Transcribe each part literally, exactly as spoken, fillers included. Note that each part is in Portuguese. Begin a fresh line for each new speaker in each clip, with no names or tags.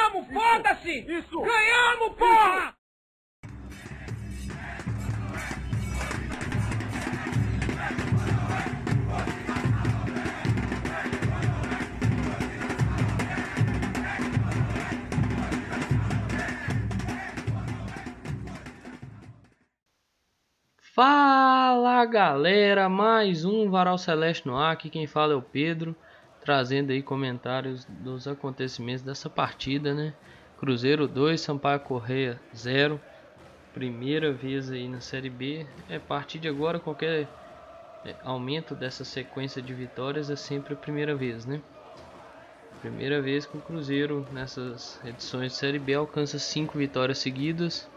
Ganhamos, foda-se! Isso! Ganhamos, porra!
Fala galera, mais um Varal Celeste no ar, aqui quem fala é o Pedro, trazendo aí comentários dos acontecimentos dessa partida, né? Cruzeiro dois, Sampaio Corrêa zero, primeira vez aí na Série B. É, a partir de agora qualquer é, aumento dessa sequência de vitórias é sempre a primeira vez, né? Primeira vez que o Cruzeiro nessas edições de Série B alcança cinco vitórias seguidas.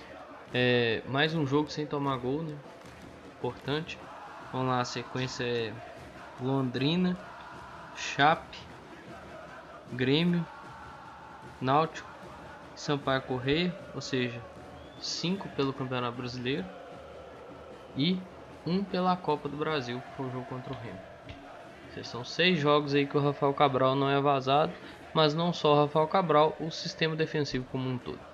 É, mais um jogo sem tomar gol, né? Importante. Vamos lá, a sequência é Londrina, Chape, Grêmio, Náutico, Sampaio Corrêa, ou seja, cinco pelo Campeonato Brasileiro e um pela Copa do Brasil, que foi o jogo contra o Remo. Esses são seis jogos aí que o Rafael Cabral não é vazado, mas não só o Rafael Cabral, o sistema defensivo como um todo.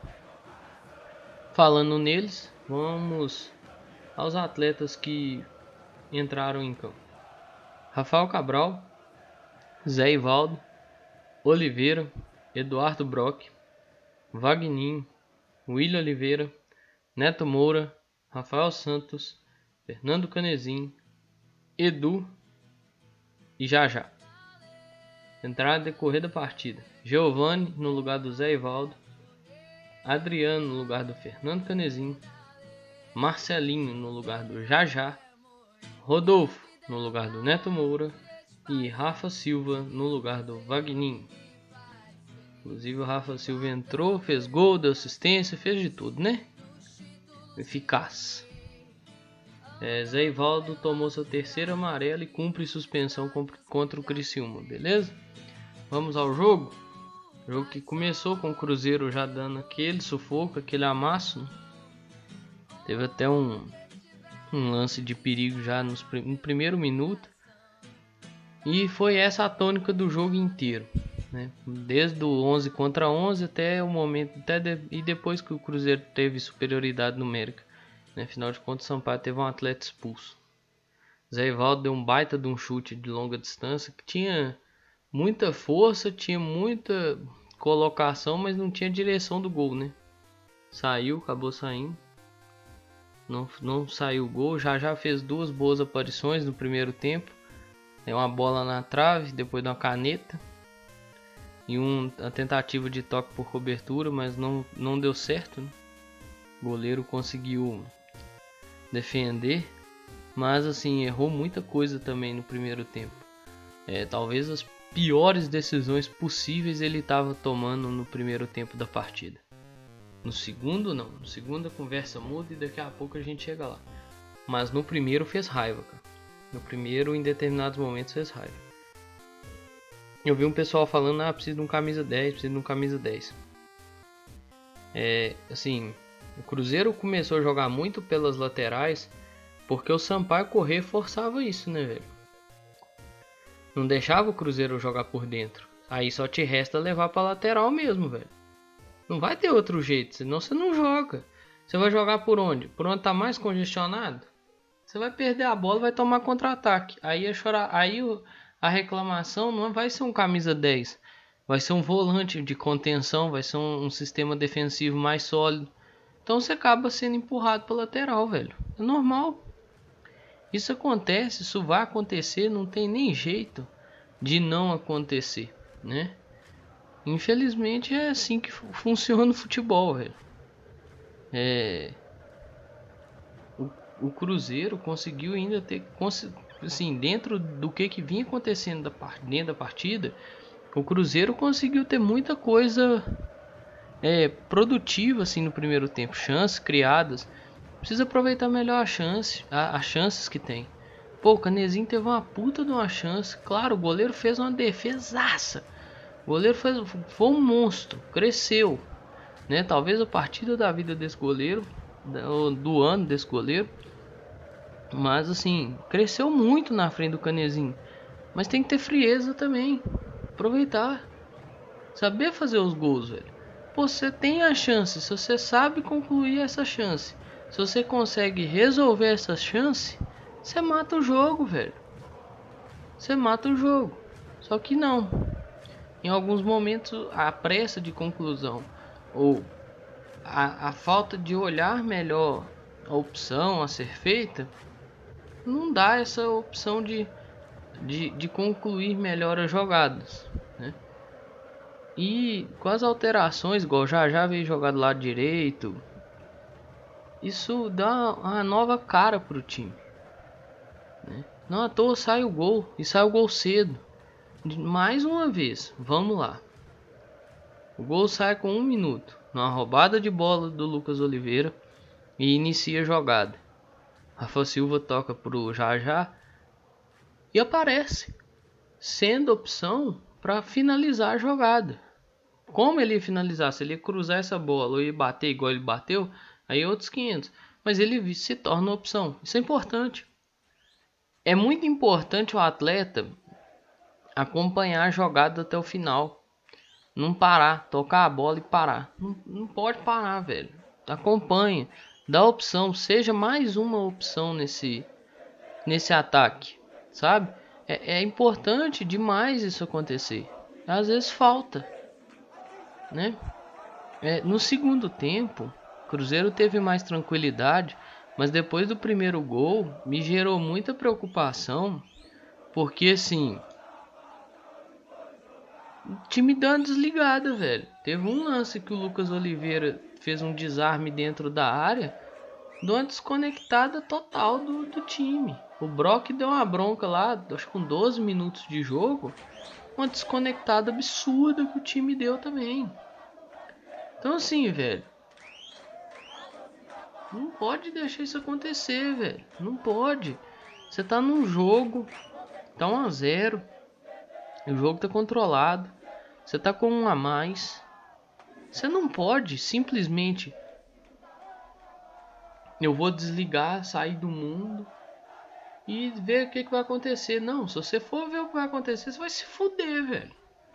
Falando neles, vamos aos atletas que entraram em campo. Rafael Cabral, Zé Ivaldo, Oliveira, Eduardo Brock, Vagninho, William Oliveira, Neto Moura, Rafael Santos, Fernando Canezin, Edu e Jajá. Entrada decorrer da partida: Giovani no lugar do Zé Ivaldo, Adriano no lugar do Fernando Canezin, Marcelinho no lugar do Jajá, Rodolfo no lugar do Neto Moura e Rafa Silva no lugar do Vagninho. Inclusive o Rafa Silva entrou, fez gol, deu assistência, fez de tudo, né? Eficaz. É, Zé Ivaldo tomou seu terceiro amarelo e cumpre suspensão contra o Criciúma, beleza? Vamos ao jogo? O jogo que começou com o Cruzeiro já dando aquele sufoco, aquele amasso, né? Teve até um, um lance de perigo já nos, no primeiro minuto. E foi essa a tônica do jogo inteiro, né? Desde o onze contra onze até o momento, até de, e depois que o Cruzeiro teve superioridade numérica, né? Afinal de contas, o Sampaio teve um atleta expulso. Zé Ivaldo deu um baita de um chute de longa distância que tinha muita força, tinha muita colocação, mas não tinha direção do gol, né? Saiu, acabou saindo. Não, não saiu o gol. Já já fez duas boas aparições no primeiro tempo. É uma bola na trave, depois de uma caneta. E um, uma tentativa de toque por cobertura, mas não, não deu certo, né? O goleiro conseguiu defender, mas assim, errou muita coisa também no primeiro tempo. É, talvez as piores decisões possíveis ele estava tomando no primeiro tempo da partida. No segundo não, no segundo a conversa muda e daqui a pouco a gente chega lá. Mas no primeiro fez raiva, cara. No primeiro, em determinados momentos, fez raiva. Eu vi um pessoal falando, ah, precisa de um camisa dez, precisa de um camisa dez. É, assim, o Cruzeiro começou a jogar muito pelas laterais, porque o Sampaio Corrêa forçava isso, né, velho? Não deixava o Cruzeiro jogar por dentro. Aí só te resta levar pra lateral mesmo, velho. Não vai ter outro jeito, senão você não joga. Você vai jogar por onde? Por onde tá mais congestionado? Você vai perder a bola, vai tomar contra-ataque. Aí é chorar. Aí a reclamação não vai ser um camisa dez. Vai ser um volante de contenção, vai ser um, um sistema defensivo mais sólido. Então você acaba sendo empurrado para lateral, velho. É normal. Isso acontece, isso vai acontecer, não tem nem jeito de não acontecer, né? Infelizmente é assim que funciona o futebol, velho. É... O, o Cruzeiro conseguiu ainda ter, assim, dentro do que, que vinha acontecendo da, dentro da partida, o Cruzeiro conseguiu ter muita coisa é, produtiva assim no primeiro tempo, chances criadas. Precisa aproveitar melhor a chance, a, as chances que tem. Pô, o Canezin teve uma puta de uma chance. Claro, o goleiro fez uma defesaça. O goleiro fez, foi um monstro, cresceu, né? Talvez a partida da vida desse goleiro, do, do ano desse goleiro. Mas assim, cresceu muito na frente do Canezin. Mas tem que ter frieza também. Aproveitar. Saber fazer os gols, velho. Você tem a chance, se você sabe concluir essa chance, se você consegue resolver essa chance, você mata o jogo, velho. Você mata o jogo. Só que não. Em alguns momentos, a pressa de conclusão ou a, a falta de olhar melhor a opção a ser feita não dá essa opção de, de, de concluir melhor as jogadas, né? E com as alterações, igual já já veio jogar do lado direito, isso dá uma nova cara pro time, né? Não à toa sai o gol, e sai o gol cedo. Mais uma vez, vamos lá. O gol sai com um minuto, numa roubada de bola do Lucas Oliveira, e inicia a jogada. Rafa Silva toca pro Já Já e aparece, sendo opção para finalizar a jogada. Como ele ia finalizar? Se ele ia cruzar essa bola ou ia bater igual ele bateu, aí é outros quinhentos. Mas ele se torna opção. Isso é importante. É muito importante o atleta acompanhar a jogada até o final. Não parar, tocar a bola e parar. Não, não pode parar, velho. Acompanha, dá opção, seja mais uma opção nesse, nesse ataque, sabe? É, é importante demais isso acontecer. Às vezes falta, né? É, no segundo tempo, o Cruzeiro teve mais tranquilidade, mas depois do primeiro gol me gerou muita preocupação, porque assim, o time deu uma desligada, velho. Teve um lance que o Lucas Oliveira fez um desarme dentro da área, deu uma desconectada total do, do time. O Brock deu uma bronca lá, acho que com doze minutos de jogo, uma desconectada absurda que o time deu também. Então assim, velho, não pode deixar isso acontecer, velho. Não pode. Você tá num jogo, tá um a zero, o jogo tá controlado, você tá com um a mais. Você não pode simplesmente, eu vou desligar, sair do mundo e ver o que, que vai acontecer. Não, se você for ver o que vai acontecer, você vai se fuder, velho.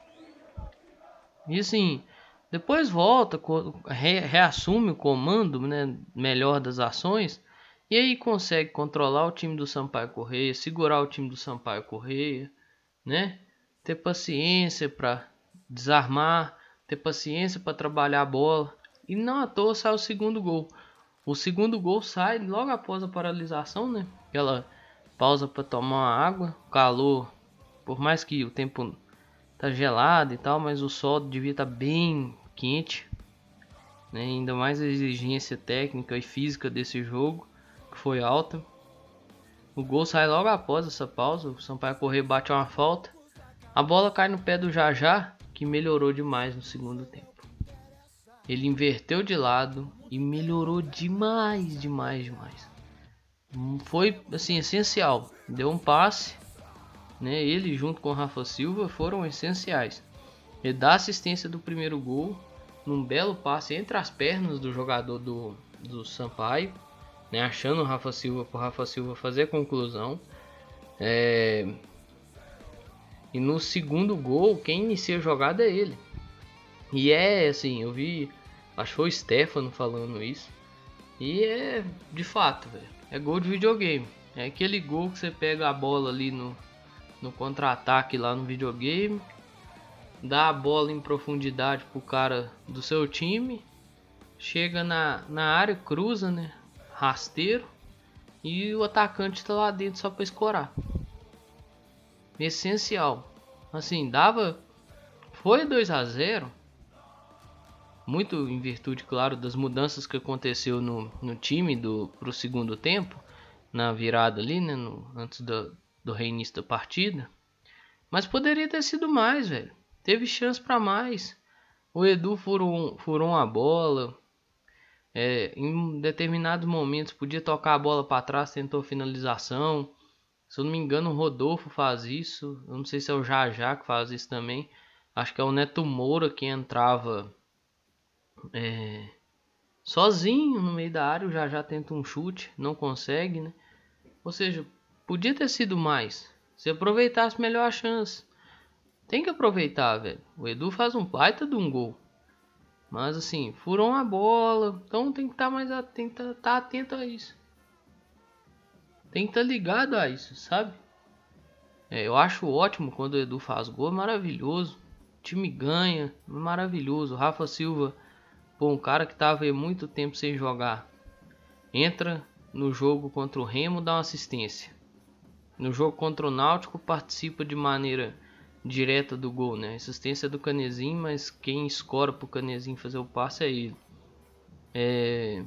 E assim, depois volta, re, reassume o comando, né, melhor das ações, e aí consegue controlar o time do Sampaio Corrêa, segurar o time do Sampaio Corrêa, né? Ter paciência para desarmar, ter paciência para trabalhar a bola. E não à toa sai o segundo gol. O segundo gol sai logo após a paralisação, né? Aquela pausa para tomar uma água, calor, por mais que o tempo tá gelado e tal, mas o sol devia estar tá bem quente, né? Ainda mais a exigência técnica e física desse jogo, que foi alta. O gol sai logo após essa pausa, o Sampaio Corrêa bate uma falta, a bola cai no pé do Já Já, que melhorou demais no segundo tempo. Ele inverteu de lado e melhorou demais, demais, demais. Foi assim essencial. Deu um passe, né? Ele junto com o Rafa Silva foram essenciais. Ele dá assistência do primeiro gol num belo passe entre as pernas do jogador do, do Sampaio, né? Achando o Rafa Silva para o Rafa Silva fazer a conclusão. É... E no segundo gol, quem inicia a jogada é ele. E é assim, eu vi, acho que foi o Stefano falando isso. E é de fato, velho. É gol de videogame. É aquele gol que você pega a bola ali no, no contra-ataque lá no videogame, dá a bola em profundidade pro cara do seu time, chega na, na área, cruza, né? Rasteiro. E o atacante tá lá dentro só pra escorar. Essencial. Assim, dava... Foi dois a zero. Muito em virtude, claro, das mudanças que aconteceu no, no time do, pro segundo tempo. Na virada ali, né? No, antes do, do reinício da partida. Mas poderia ter sido mais, velho. Teve chance pra mais. O Edu furou, furou uma bola. É, em determinados momentos podia tocar a bola para trás, tentou finalização. Se eu não me engano, o Rodolfo faz isso. Eu não sei se é o Já Já que faz isso também. Acho que é o Neto Moura que entrava é, sozinho no meio da área. O Já Já tenta um chute, não consegue, né? Ou seja, podia ter sido mais. Se aproveitasse melhor a chance. Tem que aproveitar, velho. O Edu faz um baita de um gol. Mas assim, furou uma bola. Então tem que estar tá mais atento, tá, tá atento a isso. Tem que estar tá ligado a isso, sabe? É, eu acho ótimo quando o Edu faz gol, é maravilhoso. O time ganha, é maravilhoso. O Rafa Silva, pô, um cara que tava aí muito tempo sem jogar, entra no jogo contra o Remo, dá uma assistência. No jogo contra o Náutico, participa de maneira direta do gol, né? Assistência é do Canezinho, mas quem escora pro Canezinho fazer o passe é ele. É...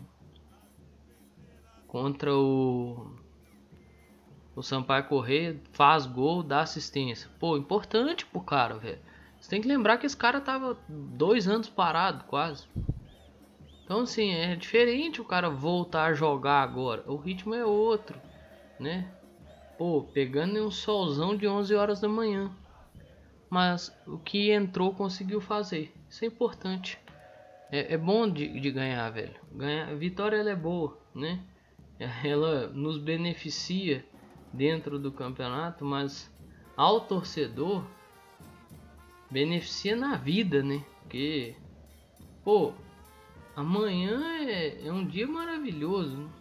Contra o o Sampaio Corrêa, faz gol, dá assistência. Pô, importante pro cara, velho. Você tem que lembrar que esse cara tava dois anos parado, quase. Então, assim, é diferente o cara voltar a jogar agora. O ritmo é outro, né? Pô, pegando em um solzão de onze horas da manhã. Mas o que entrou conseguiu fazer. Isso é importante. É, é bom de, de ganhar, velho. Ganhar, a vitória ela é boa, né? Ela nos beneficia dentro do campeonato, mas ao torcedor beneficia na vida, né? Porque, pô, amanhã é, é um dia maravilhoso, né?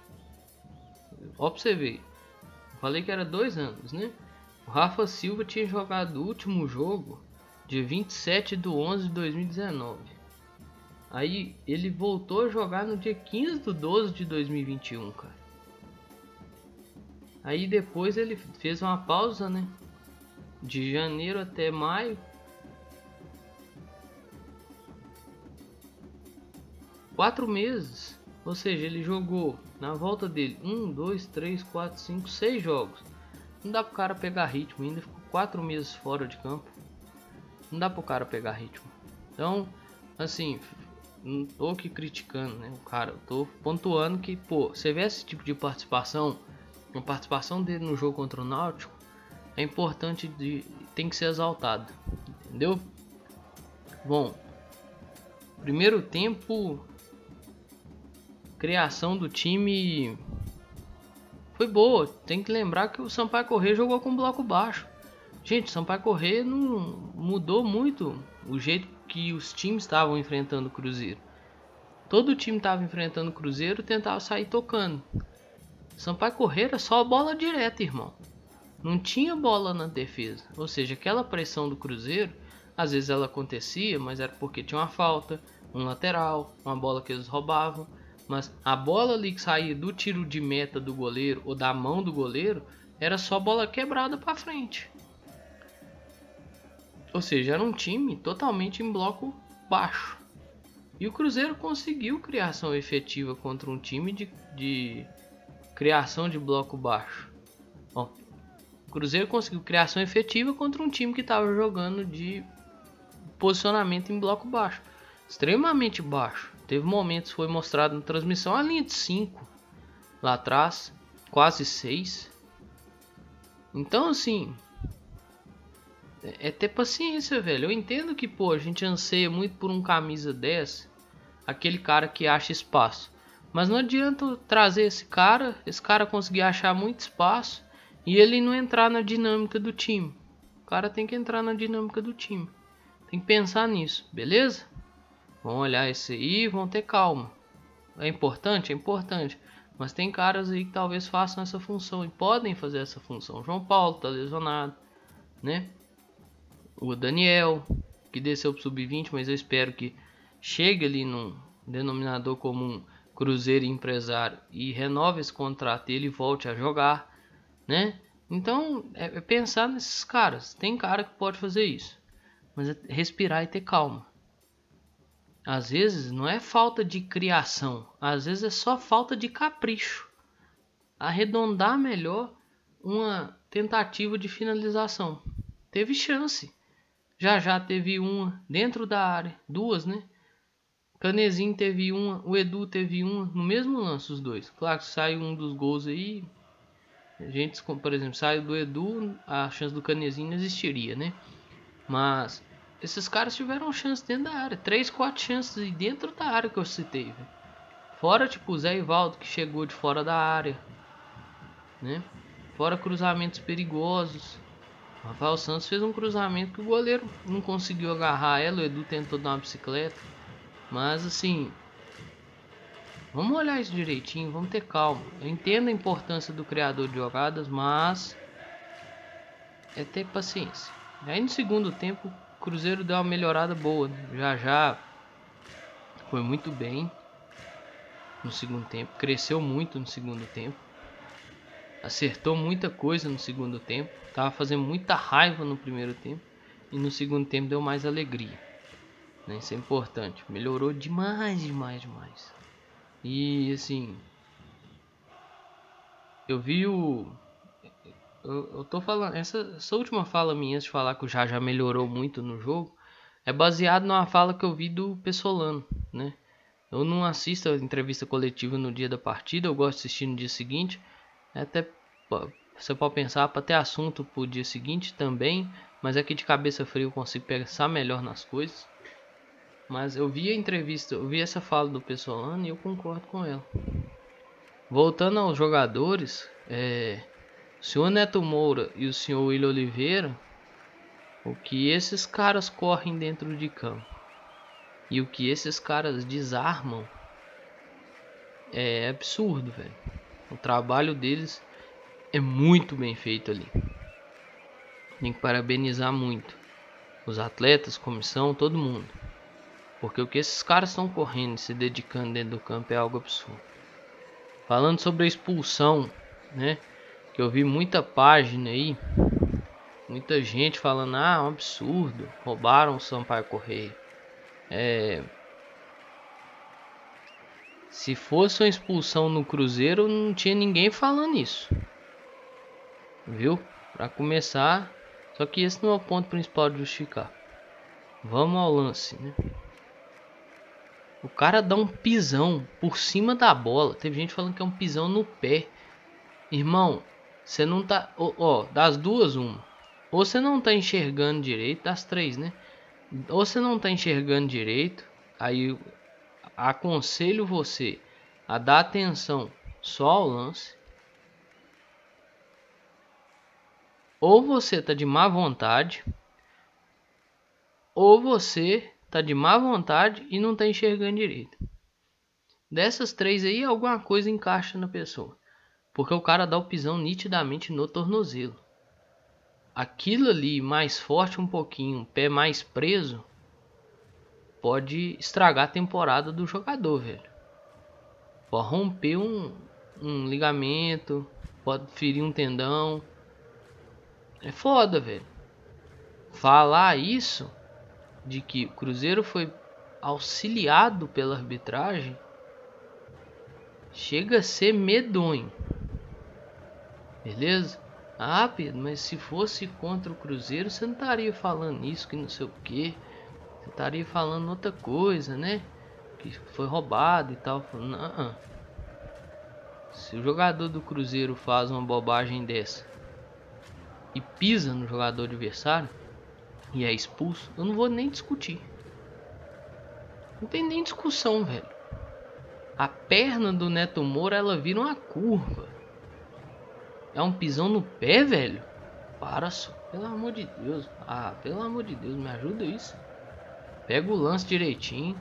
Ó pra você ver. Falei que era dois anos, né? O Rafa Silva tinha jogado o último jogo dia vinte e sete de onze de dois mil e dezenove. Aí ele voltou a jogar no dia quinze de doze de dois mil e vinte e um, cara. Aí depois ele fez uma pausa, né? De janeiro até maio. Quatro meses. Ou seja, ele jogou na volta dele um, dois, três, quatro, cinco, seis jogos. Não dá pro cara pegar ritmo. Ainda ficou quatro meses fora de campo. Não dá pro cara pegar ritmo. Então, assim, não tô aqui criticando, né? O cara, eu tô pontuando que, pô, você vê esse tipo de participação, a participação dele no jogo contra o Náutico é importante, de, tem que ser exaltado, entendeu? Bom, primeiro tempo, criação do time foi boa. Tem que lembrar que o Sampaio Corrêa jogou com bloco baixo. Gente, o Sampaio Corrêa não mudou muito o jeito que os times estavam enfrentando o Cruzeiro. Todo time estava enfrentando o Cruzeiro e tentava sair tocando. Sampaio Corrêa era só bola direta, irmão. Não tinha bola na defesa. Ou seja, aquela pressão do Cruzeiro, às vezes ela acontecia, mas era porque tinha uma falta, um lateral, uma bola que eles roubavam. Mas a bola ali que saía do tiro de meta do goleiro ou da mão do goleiro era só bola quebrada para frente. Ou seja, era um time totalmente em bloco baixo. E o Cruzeiro conseguiu criação efetiva contra um time de, de criação de bloco baixo. Ó, o Cruzeiro conseguiu criação efetiva contra um time que estava jogando de posicionamento em bloco baixo. Extremamente baixo. Teve momentos, foi mostrado na transmissão, a linha de cinco lá atrás, quase seis. Então, assim, é ter paciência, velho. Eu entendo que, pô, a gente anseia muito por um camisa dez, aquele cara que acha espaço. Mas não adianta trazer esse cara, esse cara conseguir achar muito espaço e ele não entrar na dinâmica do time. O cara tem que entrar na dinâmica do time. Tem que pensar nisso, beleza? Vão olhar isso aí e vão ter calma. É importante? É importante. Mas tem caras aí que talvez façam essa função e podem fazer essa função. João Paulo tá lesionado, né? O Daniel, que desceu pro sub vinte, mas eu espero que chegue ali num denominador comum, Cruzeiro e empresário, e renove esse contrato e ele volte a jogar, né? Então, é pensar nesses caras. Tem cara que pode fazer isso, mas é respirar e ter calma. Às vezes não é falta de criação, às vezes é só falta de capricho. Arredondar melhor uma tentativa de finalização. Teve chance. Já já teve uma dentro da área, duas, né? Canezinho teve uma, o Edu teve uma, no mesmo lance os dois. Claro que saiu um dos gols aí. A gente, por exemplo, saiu do Edu, a chance do Canezinho não existiria, né? Mas esses caras tiveram chance dentro da área. Três, quatro chances dentro da área que eu citei, véio. Fora tipo o Zé Ivaldo que chegou de fora da área, né? Fora cruzamentos perigosos. O Rafael Santos fez um cruzamento que o goleiro não conseguiu agarrar ela. O Edu tentou dar uma bicicleta. Mas assim, vamos olhar isso direitinho, vamos ter calma. Eu entendo a importância do criador de jogadas, mas é ter paciência. Aí no segundo tempo, o Cruzeiro deu uma melhorada boa, né? Já já foi muito bem no segundo tempo, cresceu muito no segundo tempo, acertou muita coisa no segundo tempo, tava fazendo muita raiva no primeiro tempo e no segundo tempo deu mais alegria, né? Isso é importante, melhorou demais, demais, demais. E assim, eu vi o eu, eu tô falando, essa, essa última fala minha de falar que o Já já melhorou muito no jogo é baseado numa fala que eu vi do Pessolano, né? Eu não assisto a entrevista coletiva no dia da partida, eu gosto de assistir no dia seguinte. Até você pode pensar para ter assunto pro dia seguinte também, mas aqui de cabeça fria eu consigo pensar melhor nas coisas. Mas eu vi a entrevista, eu vi essa fala do Pessolano e eu concordo com ela. Voltando aos jogadores, é, o senhor Neto Moura e o senhor Willian Oliveira, o que esses caras correm dentro de campo e o que esses caras desarmam é absurdo, velho. O trabalho deles é muito bem feito ali. Tem que parabenizar muito os atletas, comissão, todo mundo. Porque o que esses caras estão correndo e se dedicando dentro do campo é algo absurdo. Falando sobre a expulsão, né? Que eu vi muita página aí, muita gente falando, ah, é um absurdo, roubaram o Sampaio Correia. É... Se fosse uma expulsão no Cruzeiro, não tinha ninguém falando isso. Viu? Para começar, só que esse não é o ponto principal de justificar. Vamos ao lance, né? O cara dá um pisão por cima da bola. Teve gente falando que é um pisão no pé. Irmão, você não tá... Ó, ó, das duas, uma. Ou você não tá enxergando direito, das três, né? Ou você não tá enxergando direito, aí aconselho você a dar atenção só ao lance. Ou você tá de má vontade, ou você tá de má vontade e não tá enxergando direito. Dessas três aí, alguma coisa encaixa na pessoa. Porque o cara dá o pisão nitidamente no tornozelo. Aquilo ali mais forte um pouquinho, pé mais preso, pode estragar a temporada do jogador, velho. Pode romper um, um ligamento, pode ferir um tendão. É foda, velho. Falar isso, de que o Cruzeiro foi auxiliado pela arbitragem, chega a ser medonho. Beleza? Ah, Pedro, mas se fosse contra o Cruzeiro, você não estaria falando isso, que não sei o que. Você estaria falando outra coisa, né? Que foi roubado e tal. Não. Se o jogador do Cruzeiro faz uma bobagem dessa e pisa no jogador adversário e é expulso, eu não vou nem discutir. Não tem nem discussão, velho. A perna do Neto Moura, ela vira uma curva. É um pisão no pé, velho. Para só, pelo amor de Deus. Ah, pelo amor de Deus, me ajuda isso. Pega o lance direitinho.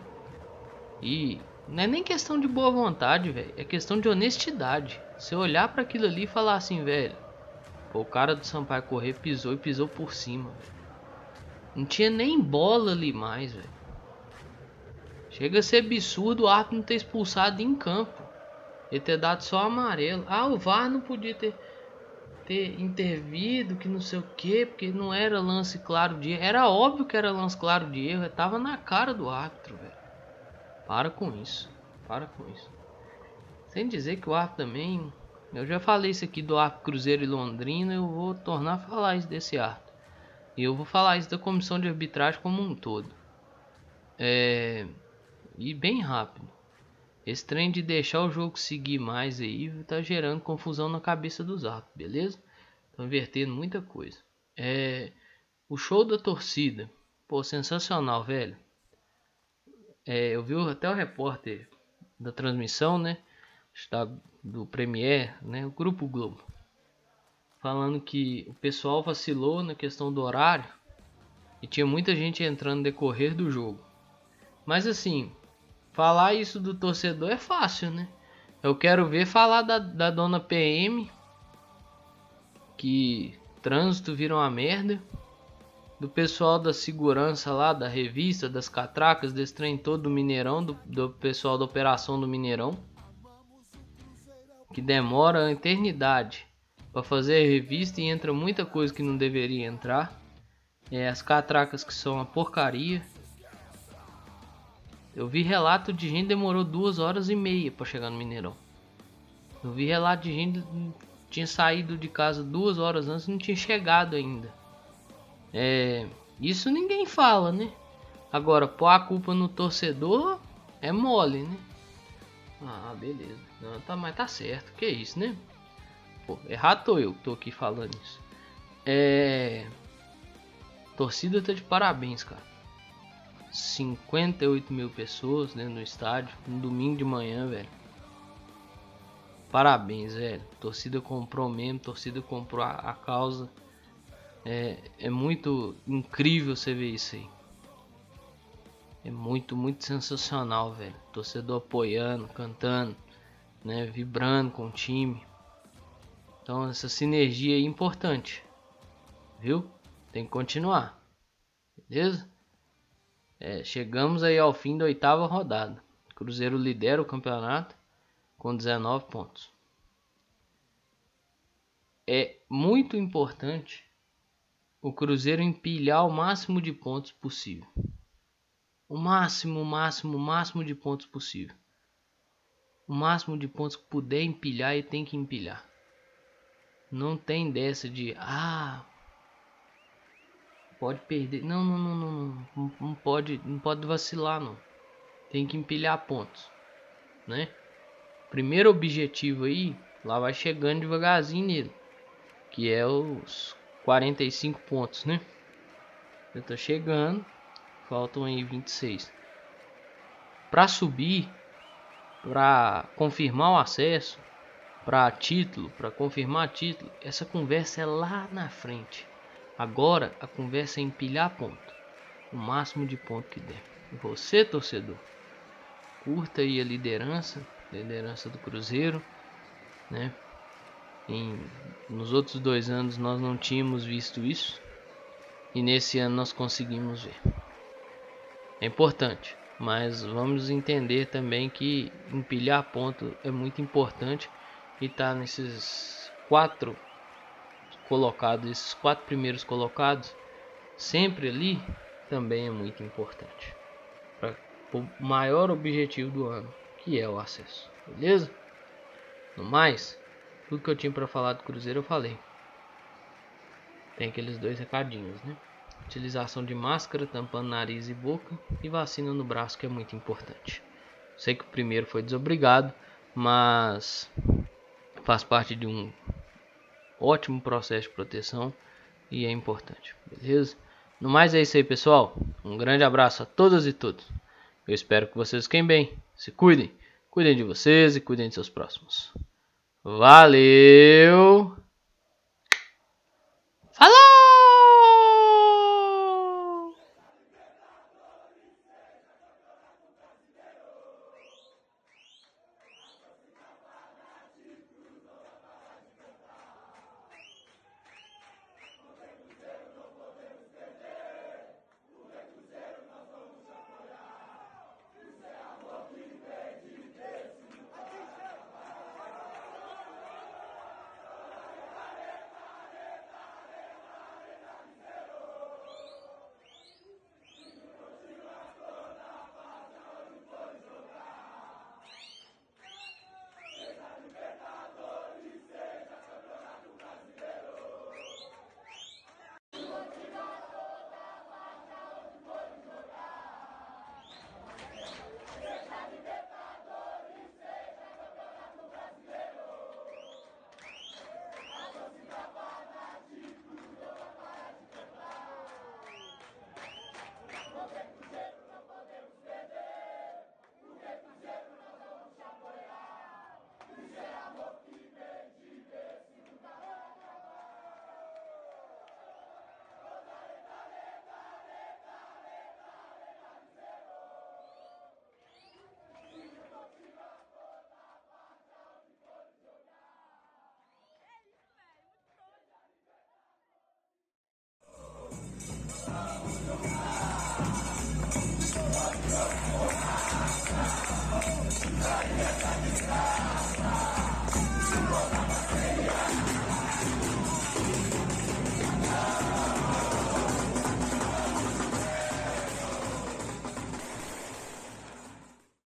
E não é nem questão de boa vontade, velho. É questão de honestidade. Você olhar para aquilo ali e falar assim, velho. Pô, o cara do Sampaio Corrêa pisou e pisou por cima, velho. Não tinha nem bola ali mais, velho. Chega a ser absurdo o árbitro não ter expulsado em campo. Ele ter dado só amarelo. Ah, o V A R não podia ter, ter intervido, que não sei o que, porque não era lance claro de erro. Era óbvio que era lance claro de erro. Tava na cara do árbitro, velho. Para com isso. Para com isso. Sem dizer que o árbitro também... Eu já falei isso aqui do árbitro Cruzeiro e Londrina. Eu vou tornar a falar isso desse árbitro. E eu vou falar isso da comissão de arbitragem como um todo. É... E bem rápido. Esse trem de deixar o jogo seguir mais aí tá gerando confusão na cabeça dos árbitros, beleza? Estão invertendo muita coisa. É... O show da torcida. Pô, sensacional, velho. É, eu vi até o repórter da transmissão, né? Do Premier, né? O Grupo Globo. falando que o pessoal vacilou na questão do horário e tinha muita gente entrando no decorrer do jogo. Mas assim, falar isso do torcedor é fácil, né? Eu quero ver falar da, da dona P M, que trânsito vira uma merda, do pessoal da segurança lá, da revista, das catracas, desse trem todo do Mineirão, do, do pessoal da operação do Mineirão, que demora uma eternidade para fazer a revista e entra muita coisa que não deveria entrar. É, as catracas que são uma porcaria. Eu vi relato de gente que demorou duas horas e meia para chegar no Mineirão. Eu vi relato de gente que tinha saído de casa duas horas antes e não tinha chegado ainda. É, isso ninguém fala, né? Agora, pôr a culpa no torcedor é mole, né? Ah, beleza. Não, tá, mas tá certo. Que isso, né? Pô, errado tô eu que tô aqui falando isso. É... Torcida tá de parabéns, cara. cinquenta e oito mil pessoas dentro do estádio, no domingo de manhã, velho. Parabéns, velho. Torcida comprou mesmo, torcida comprou a, a causa. É, é muito incrível você ver isso aí. É muito, muito sensacional, velho. Torcedor apoiando, cantando, né, vibrando com o time. Então essa sinergia é importante, viu? Tem que continuar, beleza? É, chegamos aí ao fim da oitava rodada. Cruzeiro lidera o campeonato com dezenove pontos. É muito importante o Cruzeiro empilhar o máximo de pontos possível. O máximo, o máximo, o máximo de pontos possível. O máximo de pontos que puder empilhar e tem que empilhar. Não tem dessa de ah, pode perder. Não, não, não, não, não, não pode, não pode vacilar, não. Tem que empilhar pontos, né? Primeiro objetivo aí, lá vai chegando devagarzinho nele, que é os quarenta e cinco pontos, né? Eu tô chegando, faltam aí vinte e seis. Para subir, para confirmar o acesso, para título, para confirmar título, essa conversa é lá na frente. Agora a conversa é empilhar ponto, o máximo de ponto que der. Você, torcedor, curta aí a liderança, liderança do Cruzeiro, né? Em, nos outros dois anos nós não tínhamos visto isso e nesse ano nós conseguimos ver. É importante, mas vamos entender também que empilhar ponto é muito importante e tá nesses quatro colocados, esses quatro primeiros colocados, sempre ali também é muito importante para o maior objetivo do ano, que é o acesso, beleza? No mais, tudo que eu tinha para falar do Cruzeiro eu falei. Tem aqueles dois recadinhos, né? Utilização de máscara, tampando nariz e boca, e vacina no braço, que é muito importante. Sei que o primeiro foi desobrigado, mas faz parte de um ótimo processo de proteção e é importante, beleza? No mais é isso aí, pessoal. Um grande abraço a todas e todos. Eu espero que vocês fiquem bem, se cuidem, cuidem de vocês e cuidem de seus próximos. Valeu!